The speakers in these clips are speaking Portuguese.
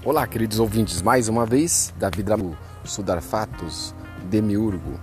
Olá, queridos ouvintes, mais uma vez, Davi Dramu, Sudarfatos, Demiurgo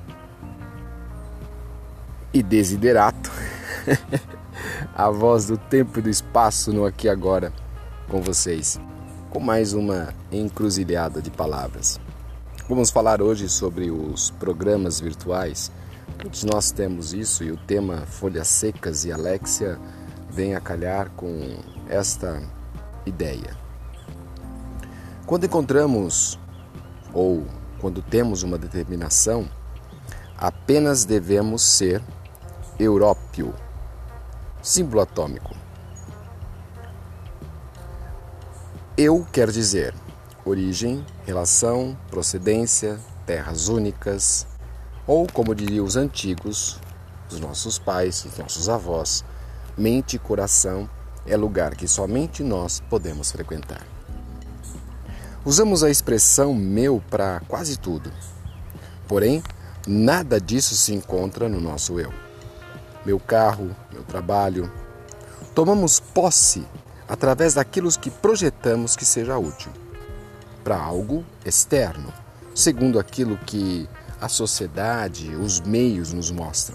e Desiderato, a voz do tempo e do espaço no aqui e agora com vocês, com mais uma encruzilhada de palavras. Vamos falar hoje sobre os programas virtuais. Todos nós temos isso e o tema Folhas Secas e Alexia vem a calhar com esta ideia. Quando encontramos ou quando temos uma determinação, apenas devemos ser európio, símbolo atômico. Eu quer dizer origem, relação, procedência, terras únicas, ou como diriam os antigos, os nossos pais, os nossos avós, mente e coração é lugar que somente nós podemos frequentar. Usamos a expressão meu para quase tudo, porém, nada disso se encontra no nosso eu. Meu carro, meu trabalho. Tomamos posse através daquilo que projetamos que seja útil, para algo externo, segundo aquilo que a sociedade, os meios nos mostram.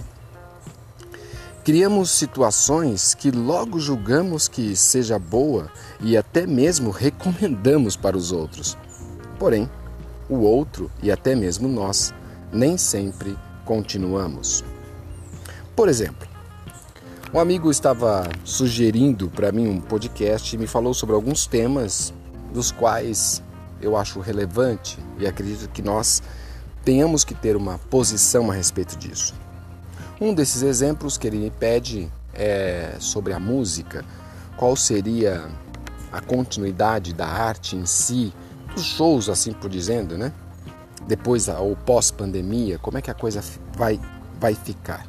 Criamos situações que logo julgamos que seja boa e até mesmo recomendamos para os outros. Porém, o outro e até mesmo nós nem sempre continuamos. Por exemplo, um amigo estava sugerindo para mim um podcast e me falou sobre alguns temas dos quais eu acho relevante e acredito que nós tenhamos que ter uma posição a respeito disso. Um desses exemplos que ele me pede é sobre a música. Qual seria a continuidade da arte em si, dos shows, assim por dizendo, né? Depois ou pós-pandemia, como é que a coisa vai ficar?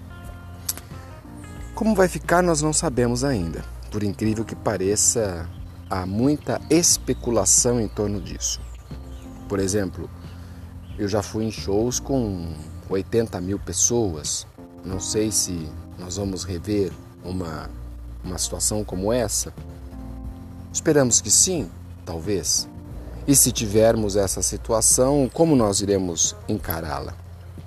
Como vai ficar, nós não sabemos ainda. Por incrível que pareça, há muita especulação em torno disso. Por exemplo, eu já fui em shows com 80 mil pessoas. Não sei se nós vamos rever uma situação como essa. Esperamos que sim, talvez. E se tivermos essa situação, como nós iremos encará-la?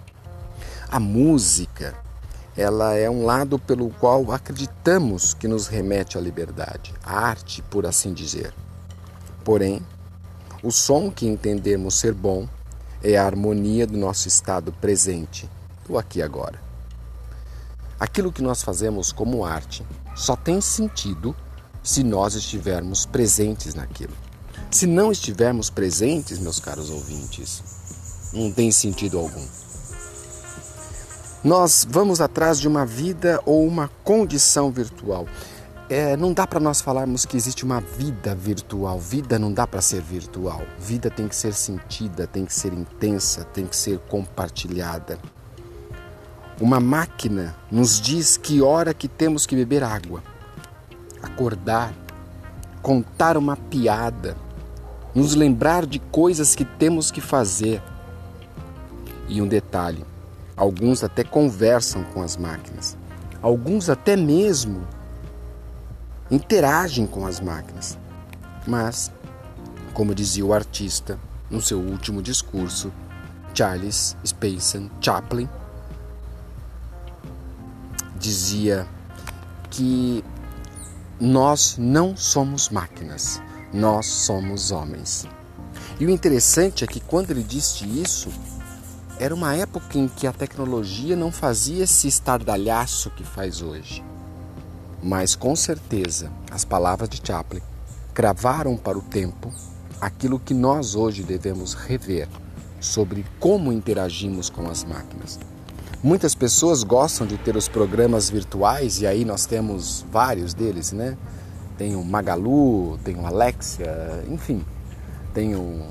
A música, ela é um lado pelo qual acreditamos que nos remete à liberdade, a arte, por assim dizer. Porém, o som que entendemos ser bom é a harmonia do nosso estado presente, do aqui e agora. Aquilo que nós fazemos como arte só tem sentido se nós estivermos presentes naquilo. Se não estivermos presentes, meus caros ouvintes, não tem sentido algum. Nós vamos atrás de uma vida ou uma condição virtual. Não dá para nós falarmos que existe uma vida virtual. Vida não dá para ser virtual. Vida tem que ser sentida, tem que ser intensa, tem que ser compartilhada. Uma máquina nos diz que hora que temos que beber água, acordar, contar uma piada, nos lembrar de coisas que temos que fazer. E um detalhe, alguns até conversam com as máquinas, alguns até mesmo interagem com as máquinas. Mas, como dizia o artista no seu último discurso, Charles Spencer Chaplin, dizia que nós não somos máquinas, nós somos homens. E o interessante é que quando ele disse isso, era uma época em que a tecnologia não fazia esse estardalhaço que faz hoje. Mas com certeza as palavras de Chaplin cravaram para o tempo aquilo que nós hoje devemos rever sobre como interagimos com as máquinas. Muitas pessoas gostam de ter os programas virtuais e aí nós temos vários deles, né? Tem o Magalu, tem o Alexia, enfim, tem o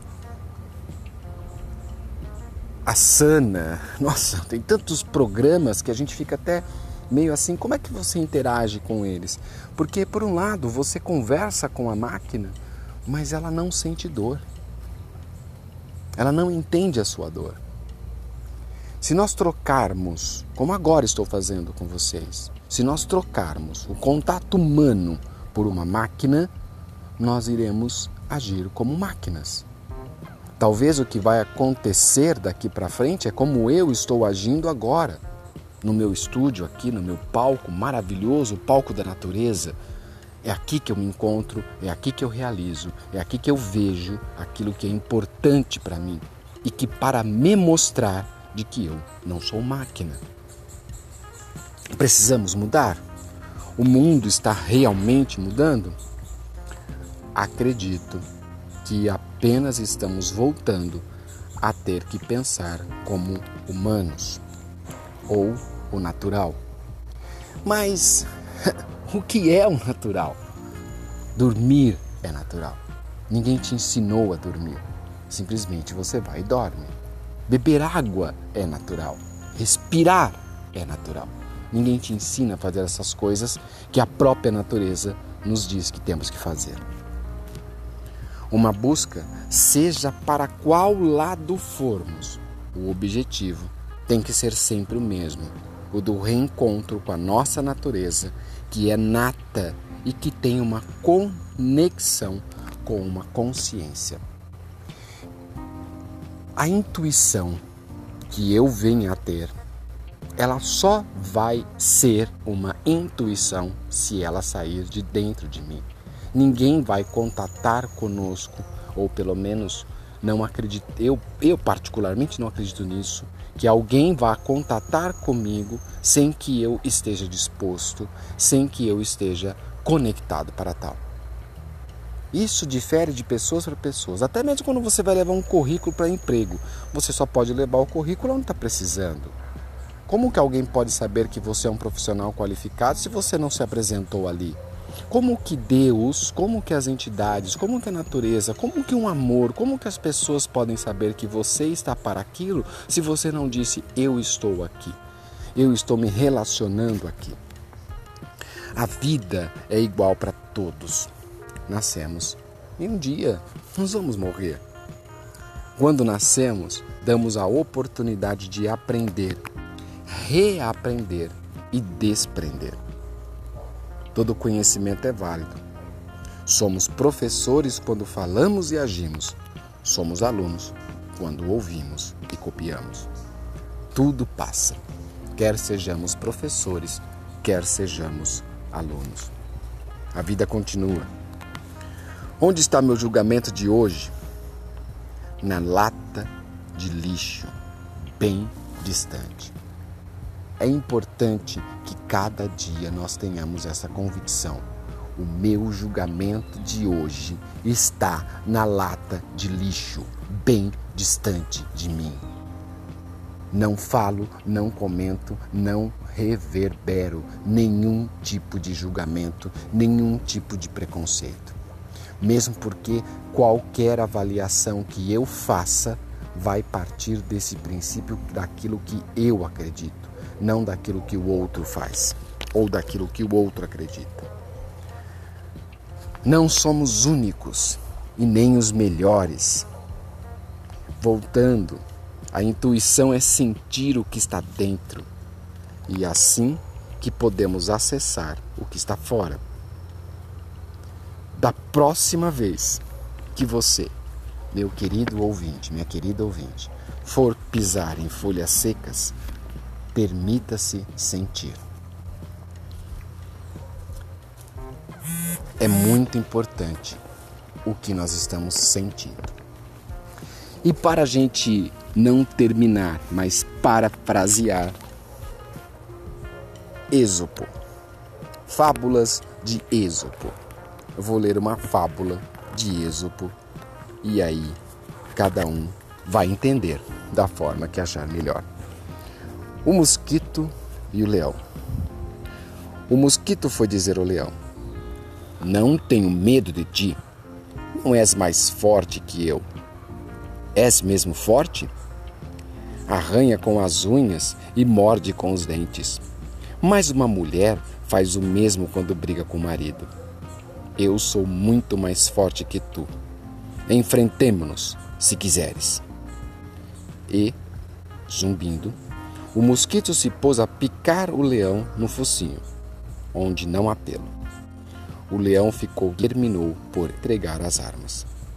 Asana. Nossa, tem tantos programas que a gente fica até meio assim, como é que você interage com eles? Porque por um lado você conversa com a máquina, mas ela não sente dor. Ela não entende a sua dor. Se nós trocarmos, como agora estou fazendo com vocês, se nós trocarmos o contato humano por uma máquina, nós iremos agir como máquinas. Talvez o que vai acontecer daqui para frente é como eu estou agindo agora, no meu estúdio, aqui no meu palco maravilhoso, o palco da natureza. É aqui que eu me encontro, é aqui que eu realizo, é aqui que eu vejo aquilo que é importante para mim e que para me mostrar de que eu não sou máquina. Precisamos mudar? O mundo está realmente mudando? Acredito que apenas estamos voltando a ter que pensar como humanos, ou o natural. Mas o que é o natural? Dormir é natural. Ninguém te ensinou a dormir. Simplesmente você vai e dorme. Beber água é natural. Respirar é natural. Ninguém te ensina a fazer essas coisas que a própria natureza nos diz que temos que fazer. Uma busca, seja para qual lado formos, o objetivo tem que ser sempre o mesmo, o do reencontro com a nossa natureza, que é nata e que tem uma conexão com uma consciência. A intuição que eu venho a ter, ela só vai ser uma intuição se ela sair de dentro de mim. Ninguém vai contatar conosco, ou pelo menos não acredito, eu particularmente não acredito nisso, que alguém vá contatar comigo sem que eu esteja disposto, sem que eu esteja conectado para tal. Isso difere de pessoas para pessoas. Até mesmo quando você vai levar um currículo para emprego, você só pode levar o currículo onde está precisando. Como que alguém pode saber que você é um profissional qualificado se você não se apresentou ali? Como que Deus, como que as entidades, como que a natureza, como que um amor, como que as pessoas podem saber que você está para aquilo se você não disse, eu estou aqui, eu estou me relacionando aqui? A vida é igual para todos. Nascemos e um dia nós vamos morrer. Quando nascemos, damos a oportunidade de aprender, reaprender e desprender. Todo conhecimento é válido. Somos professores quando falamos e agimos. Somos alunos quando ouvimos e copiamos. Tudo passa, quer sejamos professores, quer sejamos alunos. A vida continua. Onde está meu julgamento de hoje? Na lata de lixo, bem distante. É importante que cada dia nós tenhamos essa convicção. O meu julgamento de hoje está na lata de lixo, bem distante de mim. Não falo, não comento, não reverbero nenhum tipo de julgamento, nenhum tipo de preconceito. Mesmo porque qualquer avaliação que eu faça vai partir desse princípio daquilo que eu acredito, não daquilo que o outro faz ou daquilo que o outro acredita. Não somos únicos e nem os melhores. Voltando, a intuição é sentir o que está dentro e assim que podemos acessar o que está fora. Da próxima vez que você, meu querido ouvinte, minha querida ouvinte, for pisar em folhas secas, permita-se sentir. É muito importante o que nós estamos sentindo. E para a gente não terminar, mas parafrasear, Êxopo, fábulas de Êxopo. Eu vou ler uma fábula de Êxopo e aí cada um vai entender da forma que achar melhor. O mosquito e o leão. O mosquito foi dizer ao leão: não tenho medo de ti, não és mais forte que eu. És mesmo forte? Arranha com as unhas e morde com os dentes. Mas uma mulher faz o mesmo quando briga com o marido. Eu sou muito mais forte que tu. Enfrentemo-nos, se quiseres. E, zumbindo, o mosquito se pôs a picar o leão no focinho, onde não há pelo. O leão terminou por entregar as armas.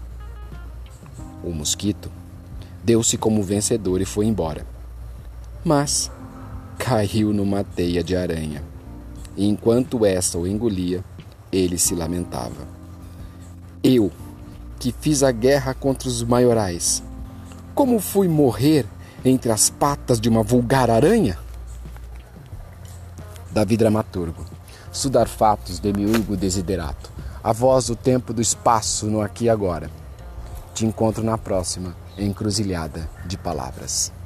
O mosquito deu-se como vencedor e foi embora. Mas caiu numa teia de aranha. E enquanto esta o engolia, ele se lamentava. Eu, que fiz a guerra contra os maiorais, como fui morrer entre as patas de uma vulgar aranha? Davi Dramaturgo. Sudar fatos, demiurgo desiderato. A voz do tempo do espaço no aqui e agora. Te encontro na próxima encruzilhada de palavras.